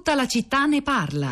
Tutta la città ne parla.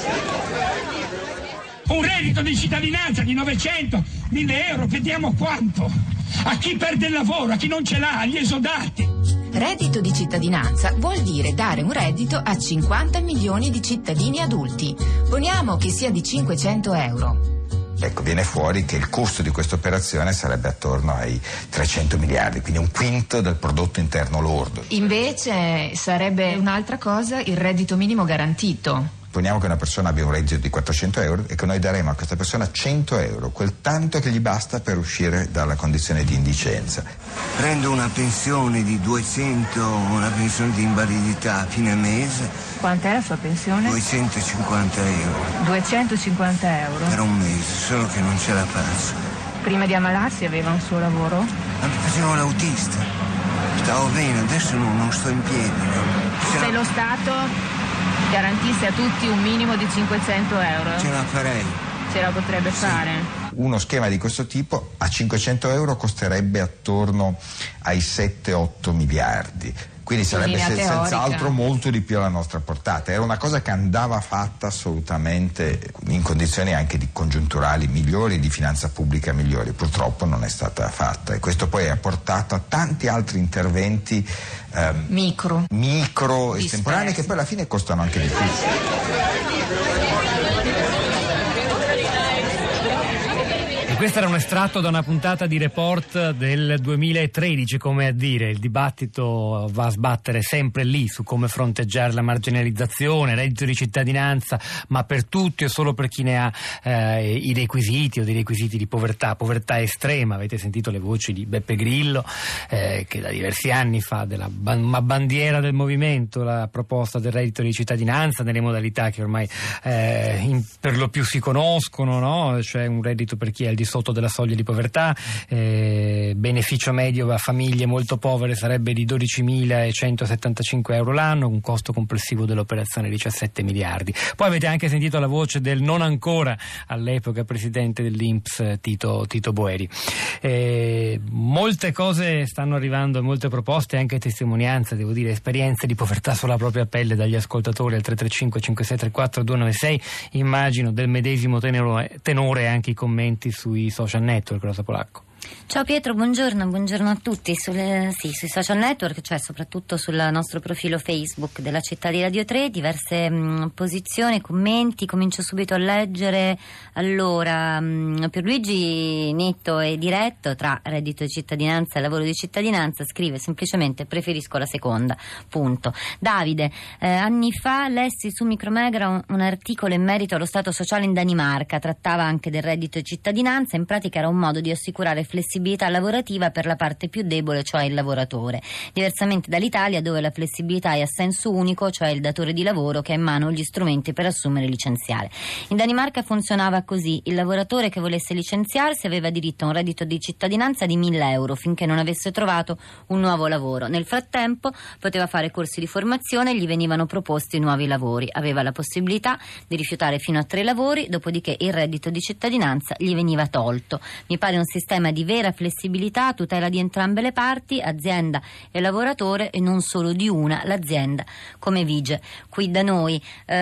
Un reddito di cittadinanza di 900, 1000 euro, vediamo quanto. A chi perde il lavoro, a chi non ce l'ha, agli esodati. Reddito di cittadinanza vuol dire dare un reddito a 50 milioni di cittadini adulti. Poniamo che sia di 500 euro. Ecco, viene fuori che il costo di questa operazione sarebbe attorno ai 300 miliardi, quindi un quinto del prodotto interno lordo. Invece sarebbe un'altra cosa il reddito minimo garantito. Poniamo che una persona abbia un reddito di 400 euro e che noi daremo a questa persona 100 euro, quel tanto che gli basta per uscire dalla condizione di indigenza. Prendo una pensione di 200, una pensione di invalidità a fine mese. Quant'è la sua pensione? 250 euro. 250 euro? Per un mese, solo che non ce la faccio. Prima di ammalarsi aveva un suo lavoro? Ma facevo l'autista. Stavo bene, adesso non sto in piedi. Se lo Stato garantisse a tutti un minimo di 500 euro? Ce la farei. Ce la potrebbe fare? Uno schema di questo tipo a 500 euro costerebbe attorno ai 7-8 miliardi. Quindi sarebbe senz'altro molto di più alla nostra portata. Era una cosa che andava fatta assolutamente in condizioni anche di congiunturali migliori, di finanza pubblica migliori. Purtroppo non è stata fatta e questo poi ha portato a tanti altri interventi micro estemporanei che poi alla fine costano anche di più. Questo era un estratto da una puntata di Report del 2013, come a dire, il dibattito va a sbattere sempre lì su come fronteggiare la marginalizzazione, reddito di cittadinanza, ma per tutti o solo per chi ne ha i requisiti o dei requisiti di povertà estrema. Avete sentito le voci di Beppe Grillo che da diversi anni fa della bandiera del movimento la proposta del reddito di cittadinanza nelle modalità che ormai per lo più si conoscono, no? Cioè un reddito per chi è al di sotto della soglia di povertà, beneficio medio a famiglie molto povere sarebbe di 12.175 euro l'anno, un costo complessivo dell'operazione 17 miliardi. Poi avete anche sentito la voce del non ancora all'epoca presidente dell'INPS Tito Boeri. Molte cose stanno arrivando, molte proposte, anche testimonianze, devo dire, esperienze di povertà sulla propria pelle dagli ascoltatori al 335 5634 296, immagino del medesimo tenore anche i commenti sui social network. Rosa Polacco. Ciao Pietro, buongiorno a tutti. Sui social network, cioè soprattutto sul nostro profilo Facebook della Città di Radio 3, diverse posizioni, commenti. Comincio subito a leggere. Allora, Pierluigi netto e diretto, tra reddito di cittadinanza e lavoro di cittadinanza, scrive semplicemente: preferisco la seconda, punto. Davide, anni fa lessi su Micromegra un articolo in merito allo stato sociale in Danimarca, trattava anche del reddito di cittadinanza. In pratica era un modo di assicurare flessibilità lavorativa per la parte più debole, cioè il lavoratore, diversamente dall'Italia dove la flessibilità è a senso unico, cioè il datore di lavoro che ha in mano gli strumenti per assumere e licenziare. In Danimarca funzionava così: il lavoratore che volesse licenziarsi aveva diritto a un reddito di cittadinanza di 1.000 euro finché non avesse trovato un nuovo lavoro. Nel frattempo poteva fare corsi di formazione e gli venivano proposti nuovi lavori. Aveva la possibilità di rifiutare fino a 3 lavori, dopodiché il reddito di cittadinanza gli veniva tolto. Mi pare un sistema di vera flessibilità a tutela di entrambe le parti, azienda e lavoratore, e non solo di una, l'azienda, come vige qui da noi.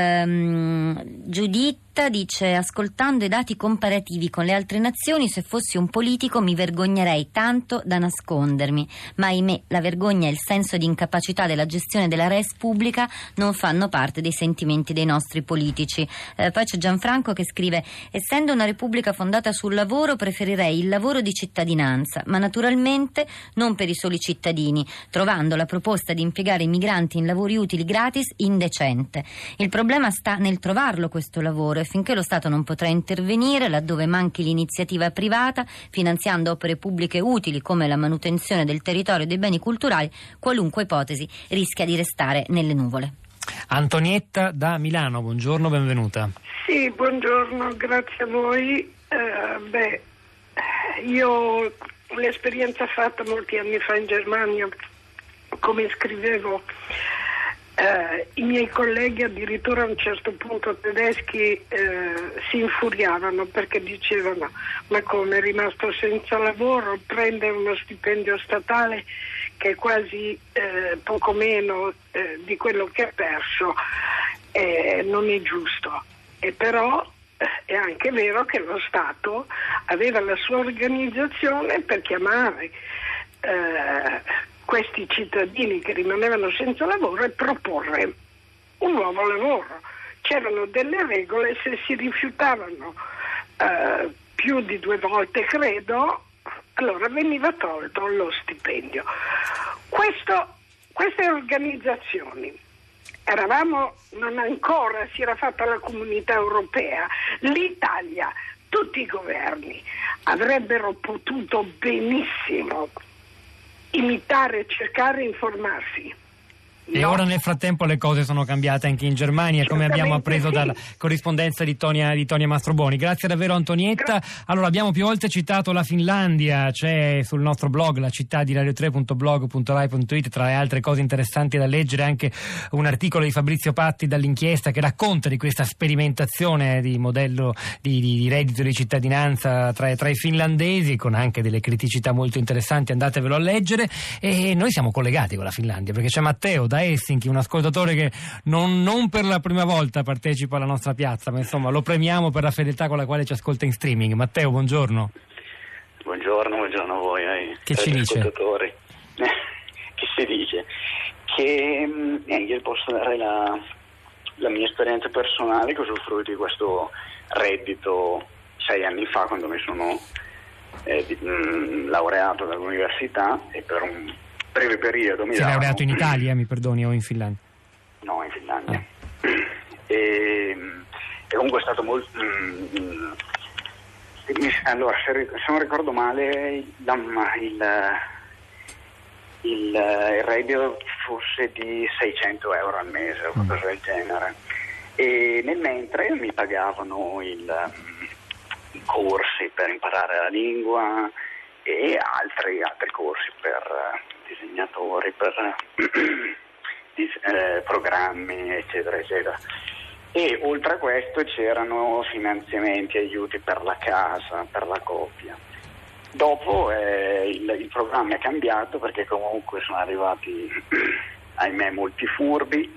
Giuditta dice: ascoltando i dati comparativi con le altre nazioni, se fossi un politico mi vergognerei tanto da nascondermi, ma ahimè la vergogna e il senso di incapacità della gestione della res pubblica non fanno parte dei sentimenti dei nostri politici. Poi c'è Gianfranco che scrive: essendo una repubblica fondata sul lavoro preferirei il lavoro di cittadinanza, ma naturalmente non per i soli cittadini, trovando la proposta di impiegare i migranti in lavori utili gratis indecente. Il problema sta nel trovarlo questo lavoro, e finché lo Stato non potrà intervenire laddove manchi l'iniziativa privata, finanziando opere pubbliche utili come la manutenzione del territorio e dei beni culturali, qualunque ipotesi rischia di restare nelle nuvole. Antonietta da Milano, buongiorno, benvenuta. Sì, buongiorno, grazie a voi. Io l'esperienza fatta molti anni fa in Germania, come scrivevo, i miei colleghi, addirittura a un certo punto tedeschi, si infuriavano perché dicevano: ma come, è rimasto senza lavoro, prende uno stipendio statale che è quasi poco meno di quello che ha perso. non è giusto. E però è anche vero che lo Stato aveva la sua organizzazione per chiamare questi cittadini che rimanevano senza lavoro e proporre un nuovo lavoro. C'erano delle regole, se si rifiutavano più di 2 volte, credo, allora veniva tolto lo stipendio. Queste organizzazioni, non ancora si era fatta la Comunità Europea, l'Italia, tutti i governi avrebbero potuto benissimo imitare e cercare di informarsi. E ora nel frattempo le cose sono cambiate anche in Germania, come abbiamo appreso dalla corrispondenza di Tonia Mastroboni. Grazie davvero Antonietta. Allora, abbiamo più volte citato la Finlandia, c'è sul nostro blog, la città di radio3.blog.rai.it, tra le altre cose interessanti da leggere anche un articolo di Fabrizio Patti dall'Inchiesta che racconta di questa sperimentazione di modello di reddito di cittadinanza tra i finlandesi, con anche delle criticità molto interessanti, andatevelo a leggere. E noi siamo collegati con la Finlandia perché c'è Matteo da Helsinki, un ascoltatore che non per la prima volta partecipa alla nostra piazza, ma insomma lo premiamo per la fedeltà con la quale ci ascolta in streaming. Matteo, buongiorno. Buongiorno a voi. Che ci dice? Ascoltatori. Che si dice? Che io posso dare la mia esperienza personale, che ho usufruito di questo reddito 6 anni fa, quando mi sono laureato dall'università, e per un breve periodo mi davano... Sei laureato in Italia, mi perdoni, o in Finlandia? No, in Finlandia. E comunque è stato molto... allora, se non ricordo male, il reddito fosse di 600 euro al mese o qualcosa del genere. E nel mentre mi pagavano i corsi per imparare la lingua e altri corsi per disegnatori, per programmi, eccetera eccetera. E oltre a questo c'erano finanziamenti, aiuti per la casa, per la coppia. Dopo il programma è cambiato, perché comunque sono arrivati ahimè molti furbi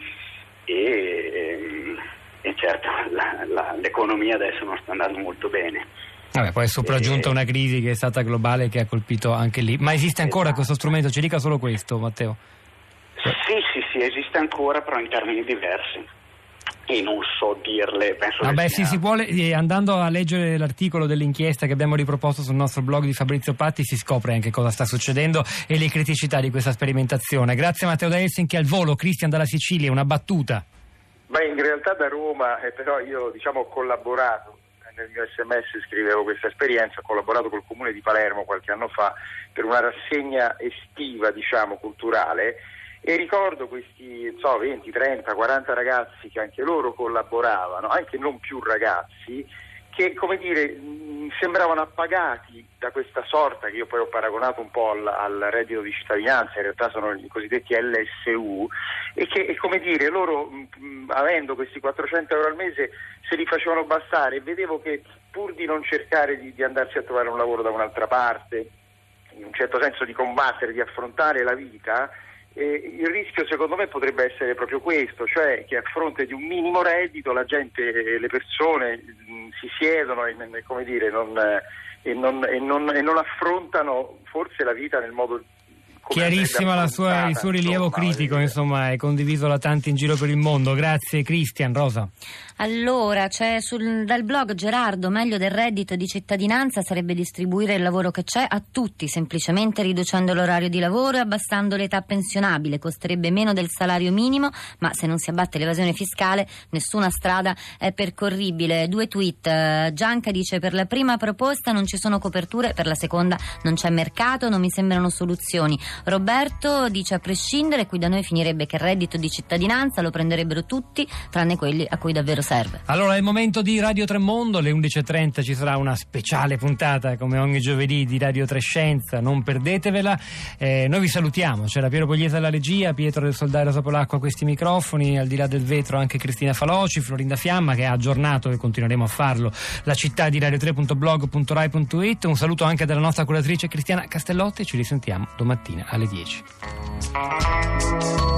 e certo l'economia adesso non sta andando molto bene. Vabbè, poi è sopraggiunta una crisi che è stata globale, che ha colpito anche lì. Ma esiste ancora questo strumento? Ci dica solo questo, Matteo. Sì, esiste ancora, però in termini diversi. E non so dirle, penso si può, andando a leggere l'articolo dell'inchiesta che abbiamo riproposto sul nostro blog di Fabrizio Patti, si scopre anche cosa sta succedendo e le criticità di questa sperimentazione. Grazie Matteo da Helsinki. Al volo Cristian dalla Sicilia, una battuta. Beh, in realtà da Roma, però io ho collaborato, nel mio sms scrivevo questa esperienza, ho collaborato col Comune di Palermo qualche anno fa per una rassegna estiva, culturale, e ricordo questi 20, 30, 40 ragazzi che anche loro collaboravano, anche non più ragazzi, che sembravano appagati da questa sorta che io poi ho paragonato un po' al reddito di cittadinanza, in realtà sono i cosiddetti LSU, e che loro avendo questi 400 euro al mese se li facevano bastare, e vedevo che pur di non cercare di andarsi a trovare un lavoro da un'altra parte, in un certo senso di combattere, di affrontare la vita, il rischio secondo me potrebbe essere proprio questo, cioè che a fronte di un minimo reddito la gente, le persone si siedono e non affrontano forse la vita nel modo chiarissima il suo rilievo critico, insomma, è condiviso da tanti in giro per il mondo. Grazie Cristian. Rosa. Allora, c'è dal blog Gerardo: meglio del reddito di cittadinanza sarebbe distribuire il lavoro che c'è a tutti, semplicemente riducendo l'orario di lavoro e abbassando l'età pensionabile. Costerebbe meno del salario minimo, ma se non si abbatte l'evasione fiscale nessuna strada è percorribile. 2 tweet. Gianca dice: per la prima proposta non ci sono coperture, per la seconda non c'è mercato, non mi sembrano soluzioni. Roberto dice: a prescindere, qui da noi finirebbe che il reddito di cittadinanza lo prenderebbero tutti, tranne quelli a cui davvero serve. Allora è il momento di Radio Tremondo, alle 11.30 ci sarà una speciale puntata come ogni giovedì di Radio Trescenza, non perdetevela. Noi vi salutiamo, c'era Piero Pogliese alla regia, Pietro del Soldario sopra l'acqua a questi microfoni, al di là del vetro anche Cristina Faloci, Florinda Fiamma che ha aggiornato, e continueremo a farlo, la città di radio3.blog.rai.it. Un saluto anche dalla nostra curatrice Cristiana Castellotti, ci risentiamo domattina alle 10.